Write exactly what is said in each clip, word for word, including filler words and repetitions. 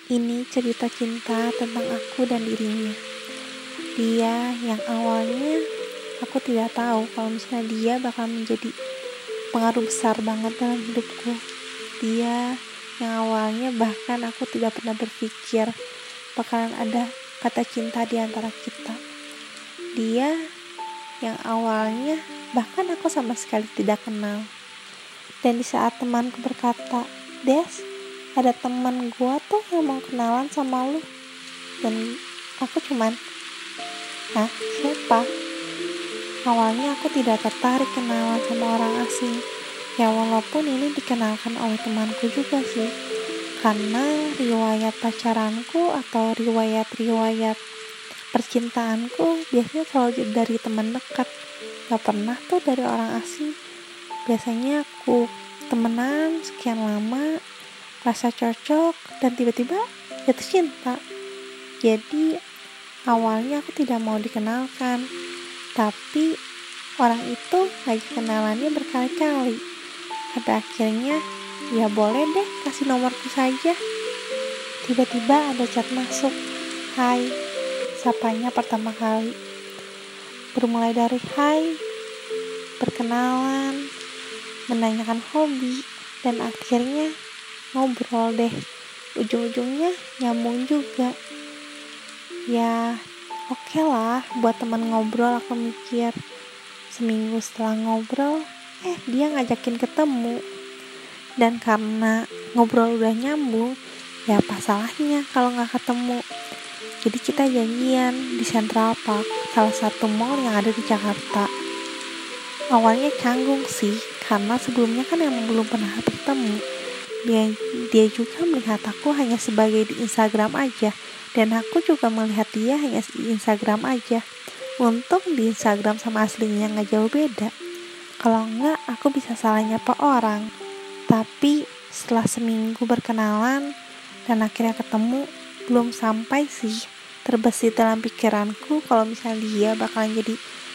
Ini cerita cinta tentang aku dan dirinya. Dia yang awalnya aku tidak tahu kalau misalnya dia bakal menjadi pengaruh besar banget dalam hidupku. Dia yang awalnya bahkan aku tidak pernah berpikir bakalan ada kata cinta di antara kita. Dia yang awalnya bahkan aku sama sekali tidak kenal. Dan di saat temanku berkata, "Des, ada teman gua tuh yang mau kenalan sama lu." Dan aku cuman, "Hah? Siapa?" Awalnya aku tidak tertarik kenalan sama orang asing. Ya walaupun ini dikenalkan oleh temanku juga sih. Karena riwayat pacaranku atau riwayat-riwayat percintaanku biasanya selalu dari teman dekat. Gak pernah tuh dari orang asing. Biasanya aku temenan sekian lama, rasa cocok, dan tiba-tiba jatuh cinta. Jadi awalnya aku tidak mau dikenalkan, tapi orang itu lagi kenalannya berkali-kali. Sampai akhirnya, ya boleh deh kasih nomorku saja. Tiba-tiba ada chat masuk. "Hai," sapanya pertama kali. Bermulai dari hai, perkenalan, menanyakan hobi, dan akhirnya ngobrol deh. Ujung-ujungnya nyambung juga. Ya oke okay lah buat teman ngobrol, aku mikir. Seminggu setelah ngobrol, eh dia ngajakin ketemu. Dan karena ngobrol udah nyambung, ya apa salahnya kalau gak ketemu. Jadi kita janjian di Central Park, salah satu mall yang ada di Jakarta. Awalnya canggung sih, karena sebelumnya kan emang belum pernah bertemu. Dia, dia juga melihat aku hanya sebagai di Instagram aja, dan aku juga melihat dia hanya di Instagram aja. Untung di Instagram sama aslinya gak jauh beda. Kalau enggak, aku bisa salah nyapa orang. Tapi setelah seminggu berkenalan dan akhirnya ketemu, belum sampai sih terbesit dalam pikiranku kalau misalnya dia bakalan jadi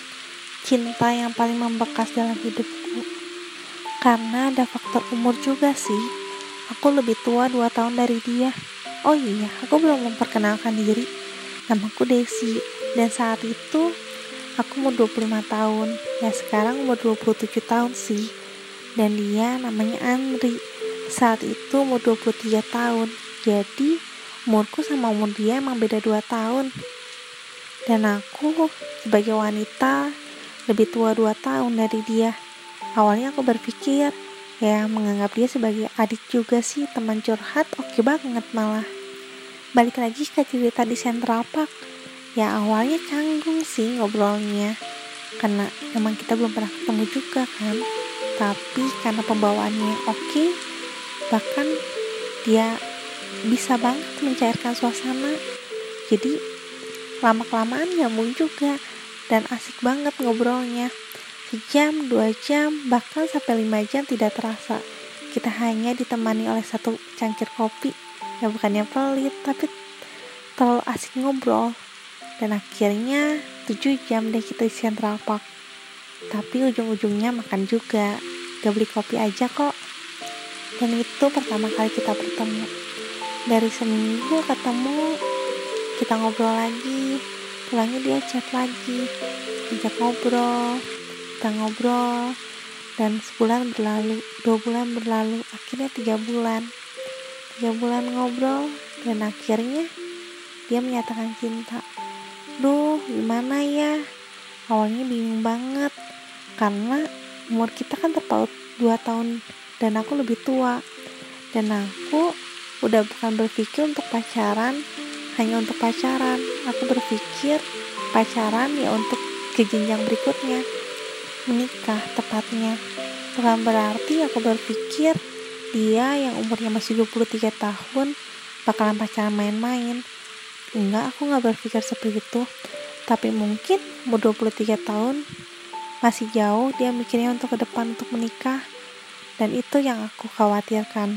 cinta yang paling membekas dalam hidupku. Karena ada faktor umur juga sih. Aku lebih tua dua tahun dari dia. Oh iya, aku belum memperkenalkan diri. Namaku Desi. Dan saat itu aku umur dua puluh lima tahun. Ya sekarang umur dua puluh tujuh tahun sih. Dan dia namanya Andri. Saat itu umur dua puluh tiga tahun. Jadi umurku sama umur dia emang beda dua tahun. Dan aku sebagai wanita lebih tua dua tahun dari dia. Awalnya aku berpikir, ya menganggap dia sebagai adik juga sih, teman curhat oke banget malah. Balik lagi ke cerita di Central Park. Ya awalnya canggung sih ngobrolnya, karena emang kita belum pernah ketemu juga kan. Tapi karena pembawaannya oke, bahkan dia bisa banget mencairkan suasana. Jadi lama-kelamaan nyambung juga. Dan asik banget ngobrolnya. Sejam, dua jam, bahkan sampai lima jam tidak terasa. Kita hanya ditemani oleh satu cangkir kopi. Ya bukannya pelit, tapi terlalu asik ngobrol. Dan akhirnya tujuh jam deh kita di Central Park. Tapi ujung-ujungnya makan juga. Gak beli kopi aja kok. Dan itu pertama kali kita bertemu. Dari seminggu ketemu, kita ngobrol lagi. Pulangnya dia chat lagi, ajak ngobrol, kita ngobrol, dan sebulan berlalu, dua bulan berlalu, akhirnya tiga bulan, tiga bulan ngobrol, dan akhirnya dia menyatakan cinta. Duh, gimana ya? Awalnya bingung banget, karena umur kita kan terpaut dua tahun, dan aku lebih tua, dan aku udah bukan berpikir untuk pacaran, hanya untuk pacaran. Aku berpikir pacaran ya untuk ke jenjang berikutnya, menikah tepatnya. Bukan berarti aku berpikir dia yang umurnya masih dua puluh tiga tahun bakalan pacaran main-main. Enggak, aku gak berpikir seperti itu. Tapi mungkin umur dua puluh tiga tahun masih jauh dia mikirnya untuk ke depan, untuk menikah. Dan itu yang aku khawatirkan.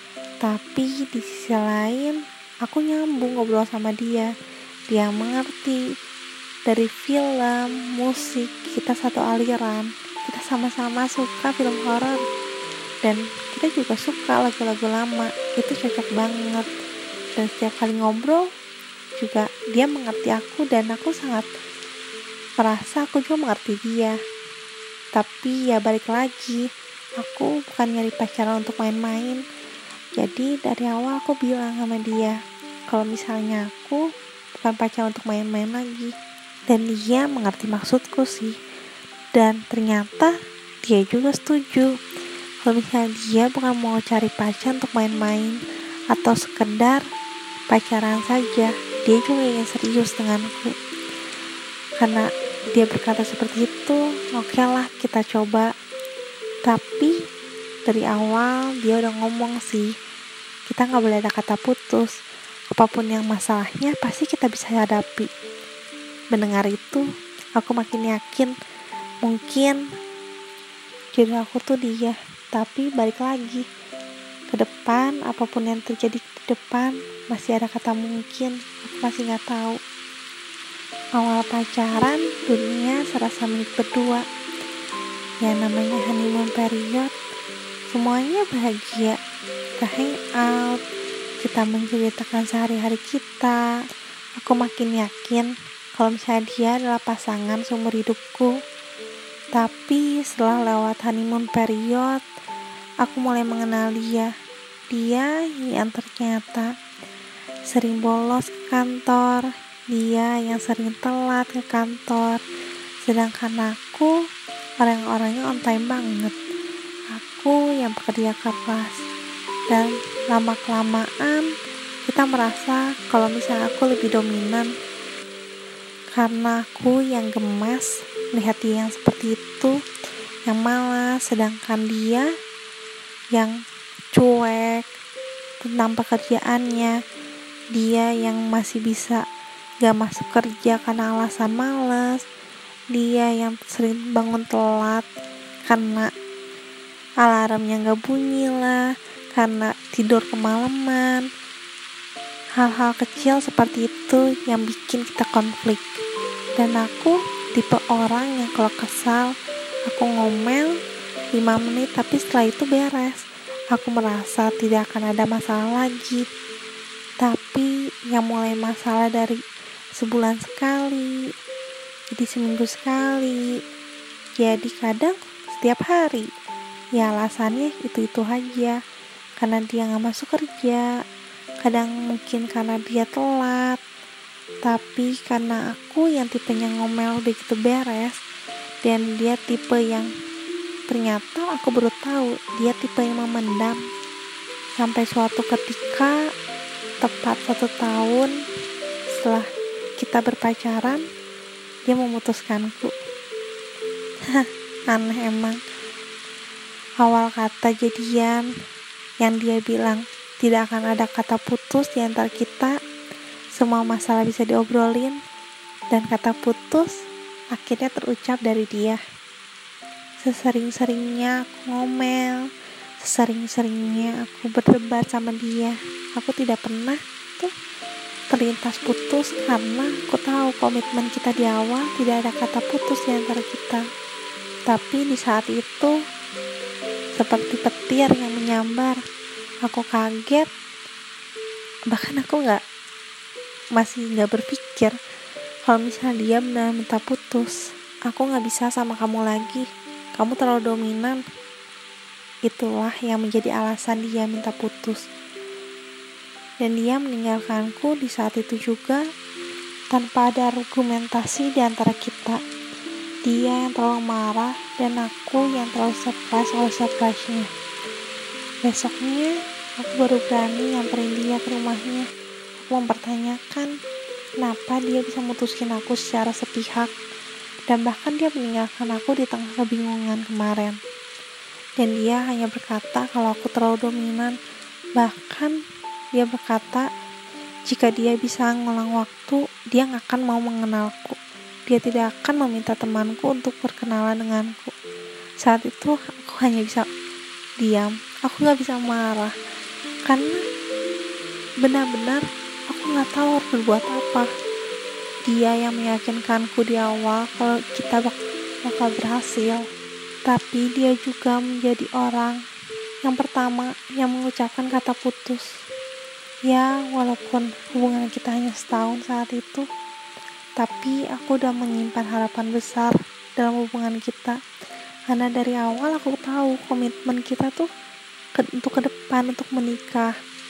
Tapi di sisi lain aku nyambung ngobrol sama dia. Dia mengerti. Dari film, musik, kita satu aliran. Kita sama-sama suka film horor. Dan kita juga suka lagu-lagu lama. Itu cocok banget. dan setiap kali ngobrol juga dia mengerti aku, dan aku sangat merasa aku juga mengerti dia. Tapi ya balik lagi, aku bukan nyari pacaran untuk main-main. Jadi dari awal aku bilang sama dia kalau misalnya aku bukan pacaran untuk main-main lagi. Dan dia mengerti maksudku sih, dan ternyata dia juga setuju kalau misalnya dia bukan mau cari pacar untuk main-main atau sekedar pacaran saja. Dia juga ingin serius denganku. Karena dia berkata seperti itu, oke lah kita coba. Tapi dari awal dia udah ngomong sih, kita gak boleh ada kata putus. Apapun yang masalahnya pasti kita bisa hadapi. Mendengar itu, aku makin yakin mungkin jodoh aku tuh dia. Tapi balik lagi, ke depan apapun yang terjadi ke depan masih ada kata mungkin. Aku masih gak tahu. Awal pacaran, dunia serasa milik berdua. Yang namanya honeymoon period, semuanya bahagia. Kita hang out, kita menceritakan sehari-hari kita. Aku makin yakin kalau misalnya dia adalah pasangan seumur hidupku. Tapi setelah lewat honeymoon period, aku mulai mengenal dia. Dia yang ternyata sering bolos ke kantor, dia yang sering telat ke kantor. Sedangkan aku orang-orangnya on time banget. Aku yang bekerja keras. Dan lama-kelamaan kita merasa kalau misalnya aku lebih dominan, karena aku yang gemas melihat dia yang seperti itu, yang malas. Sedangkan dia yang cuek tentang pekerjaannya, dia yang masih bisa gak masuk kerja karena alasan malas, dia yang sering bangun telat karena alarmnya gak bunyi lah, karena tidur kemalaman. Hal-hal kecil seperti itu yang bikin kita konflik. Dan aku tipe orang yang kalau kesal, aku ngomel lima menit tapi setelah itu beres. Aku merasa tidak akan ada masalah lagi. Tapi yang mulai masalah dari sebulan sekali, jadi seminggu sekali, jadi kadang setiap hari. Ya alasannya itu-itu aja. Karena dia gak masuk kerja, kadang mungkin karena dia telat. Tapi karena aku yang tipenya ngomel udah gitu beres, dan dia tipe yang ternyata aku baru tahu dia tipe yang memendam. Sampai suatu ketika, tepat satu tahun setelah kita berpacaran, dia memutuskanku. Hah, aneh emang. Awal kata jadian, yang dia bilang tidak akan ada kata putus di antara kita, semua masalah bisa diobrolin, dan kata putus akhirnya terucap dari dia. Sesering-seringnya aku ngomel, sesering-seringnya aku berdebat sama dia, aku tidak pernah tuh terlintas putus, karena aku tahu komitmen kita di awal tidak ada kata putus di antara kita. Tapi di saat itu seperti petir yang menyambar, aku kaget. Bahkan aku gak masih gak berpikir kalau misalnya dia benar minta putus. Aku gak bisa sama kamu lagi, kamu terlalu dominan. Itulah yang menjadi alasan dia minta putus. Dan dia meninggalkanku di saat itu juga, tanpa ada argumentasi di antara kita. Dia yang terlalu marah, dan aku yang terlalu surprise oleh surprise-nya. Besoknya aku baru berani nyamperin dia ke rumahnya. Aku mempertanyakan kenapa dia bisa mutusin aku secara sepihak, dan bahkan dia meninggalkan aku di tengah kebingungan kemarin. Dan dia hanya berkata kalau aku terlalu dominan. Bahkan dia berkata jika dia bisa ngulang waktu, dia gak akan mau mengenalku. Dia tidak akan meminta temanku untuk berkenalan denganku. Saat itu aku hanya bisa diam. Aku gak bisa marah, karena benar-benar aku gak tahu harus berbuat apa. Dia yang meyakinkanku di awal kalau kita bak- bakal berhasil. Tapi dia juga menjadi orang yang pertama yang mengucapkan kata putus. Ya, walaupun hubungan kita hanya setahun saat itu, tapi aku udah menyimpan harapan besar dalam hubungan kita. Karena dari awal aku tahu komitmen kita tuh ke, untuk ke depan, untuk menikah.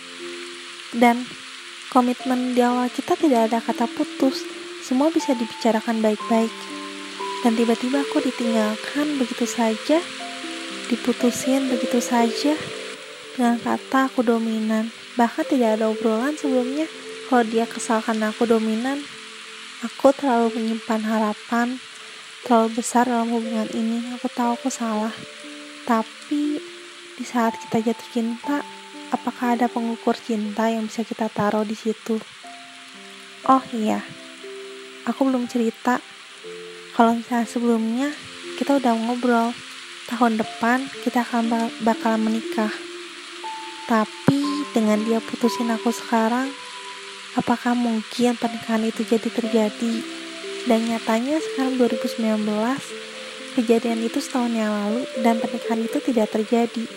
Dan komitmen di awal kita tidak ada kata putus. Semua bisa dibicarakan baik-baik. Dan tiba-tiba aku ditinggalkan begitu saja, diputusin begitu saja, dengan kata aku dominan. Bahkan tidak ada obrolan sebelumnya kalau dia kesal karena aku dominan. Aku terlalu menyimpan harapan terlalu besar dalam hubungan ini. Aku tahu aku salah, tapi di saat kita jatuh cinta, apakah ada pengukur cinta yang bisa kita taruh di situ? Oh iya, aku belum cerita kalau misalnya sebelumnya kita udah ngobrol tahun depan kita akan bakalan menikah. Tapi dengan dia putusin aku sekarang, apakah mungkin pernikahan itu jadi terjadi? Dan nyatanya sekarang dua ribu sembilan belas, kejadian itu setahun yang lalu dan pernikahan itu tidak terjadi.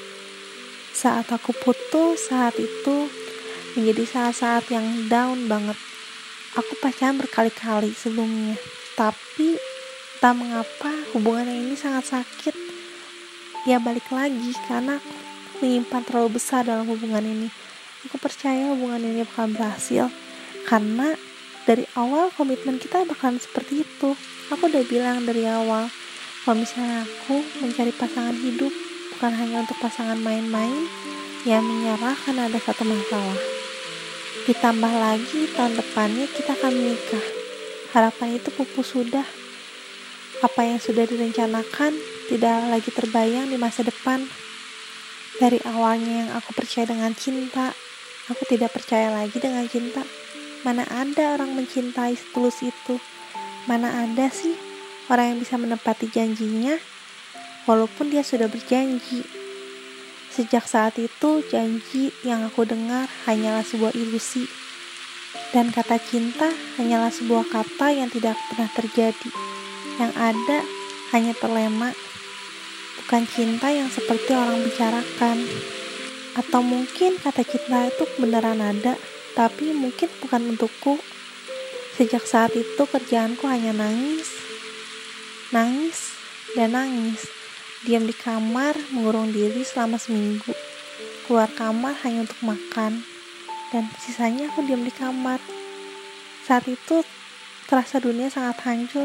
Saat aku putus, saat itu menjadi saat-saat yang down banget. Aku pacaran berkali-kali sebelumnya, tapi tak mengapa hubungan ini sangat sakit. Ya balik lagi, karena aku menyimpan terlalu besar dalam hubungan ini. Aku percaya hubungan ini bakal berhasil, karena dari awal komitmen kita bakalan seperti itu. Aku udah bilang dari awal, kalau misalnya aku mencari pasangan hidup bukan hanya untuk pasangan main-main yang menyerah karena ada satu masalah. Ditambah lagi tahun depannya kita akan menikah. Harapan itu pupus sudah. Apa yang sudah direncanakan tidak lagi terbayang di masa depan. Dari awalnya yang aku percaya dengan cinta, aku tidak percaya lagi dengan cinta. Mana ada orang mencintai setulus itu? Mana ada sih orang yang bisa menepati janjinya walaupun dia sudah berjanji? Sejak saat itu, janji yang aku dengar hanyalah sebuah ilusi. Dan kata cinta hanyalah sebuah kata yang tidak pernah terjadi. Yang ada hanya terlena. Bukan cinta yang seperti orang bicarakan. Atau mungkin kata cinta itu beneran ada, tapi mungkin bukan untukku. Sejak saat itu kerjaanku hanya nangis, nangis, dan nangis. Diam di kamar, mengurung diri selama seminggu. Keluar kamar hanya untuk makan, dan sisanya aku diam di kamar. Saat itu terasa dunia sangat hancur.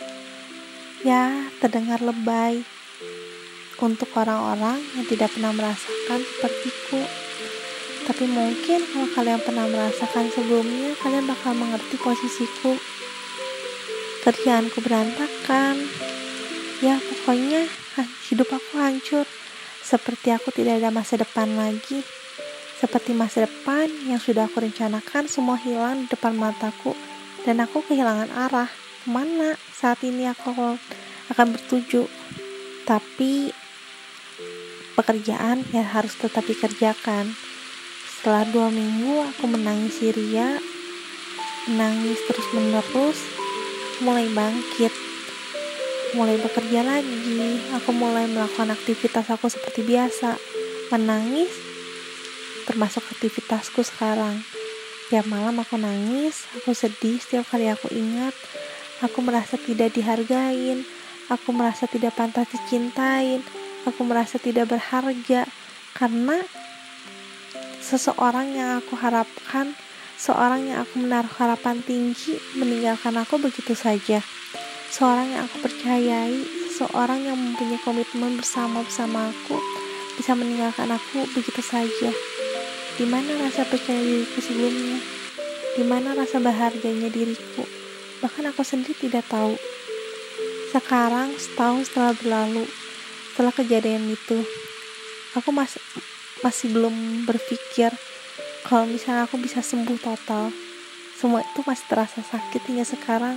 Ya, terdengar lebay untuk orang-orang yang tidak pernah merasakan sepertiku. Tapi mungkin kalau kalian pernah merasakan sebelumnya, kalian bakal mengerti posisiku. Kerjaanku berantakan. Ya pokoknya hidup aku hancur. Seperti aku tidak ada masa depan lagi. Seperti masa depan yang sudah aku rencanakan semua hilang di depan mataku. Dan aku kehilangan arah. Kemana saat ini aku akan bertuju. Tapi pekerjaan ya harus tetap dikerjakan. Setelah dua minggu aku menangis ria, menangis terus menerus, mulai bangkit, mulai bekerja lagi. Aku mulai melakukan aktivitas aku seperti biasa, menangis, termasuk aktivitasku sekarang. Tiap malam aku nangis, aku sedih setiap kali aku ingat. Aku merasa tidak dihargain, aku merasa tidak pantas dicintain, aku merasa tidak berharga karena seseorang yang aku harapkan, seorang yang aku menaruh harapan tinggi meninggalkan aku begitu saja. Seorang yang aku percayai, seorang yang mempunyai komitmen bersama-bersama aku bisa meninggalkan aku begitu saja. Di mana rasa percaya diriku sebelumnya? Di mana rasa berharganya diriku? Bahkan aku sendiri tidak tahu. Sekarang setahun setelah berlalu, setelah kejadian itu, aku masih masih belum berpikir kalau misalnya aku bisa sembuh total. Semua itu masih terasa sakit hingga sekarang.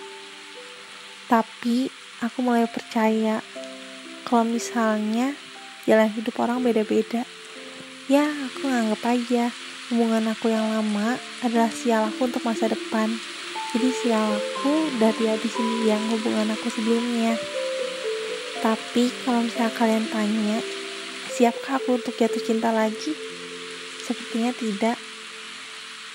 Tapi aku mulai percaya kalau misalnya jalan hidup orang beda-beda. Ya, aku anggap aja hubungan aku yang lama adalah sial aku untuk masa depan. Jadi sial aku udah dihabisin yang hubungan aku sebelumnya. Tapi kalau misalnya kalian tanya, siapkah aku untuk jatuh cinta lagi? Sepertinya tidak.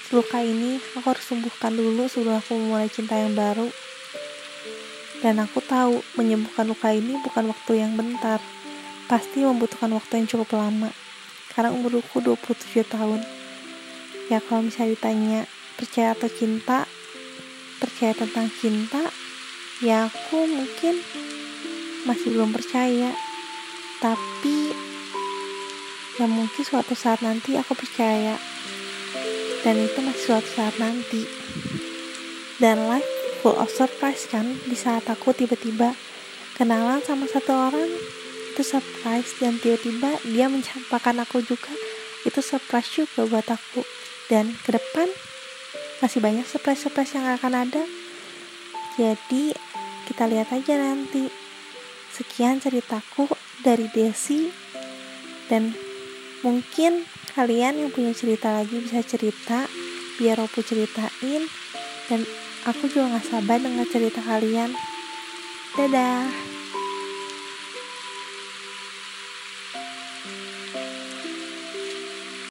luka ini aku harus sembuhkan dulu sebelum aku memulai cinta yang baru. Dan aku tahu menyembuhkan luka ini bukan waktu yang bentar, pasti membutuhkan waktu yang cukup lama. Karena umurku dua puluh tujuh tahun. Ya kalau misalnya ditanya percaya atau cinta, percaya tentang cinta, ya aku mungkin masih belum percaya. Tapi ya mungkin suatu saat nanti aku percaya. Dan itu masih suatu saat nanti. Dan life full of surprise kan. Di saat aku tiba-tiba kenalan sama satu orang, itu surprise. Dan tiba-tiba dia mencampakan aku juga, itu surprise juga buat aku. Dan ke depan masih banyak surprise-surprise yang akan ada. Jadi kita lihat aja nanti. Sekian ceritaku dari Desi. Dan mungkin kalian yang punya cerita lagi bisa cerita, biar aku ceritain. Dan aku juga gak sabar dengar cerita kalian. Dadah.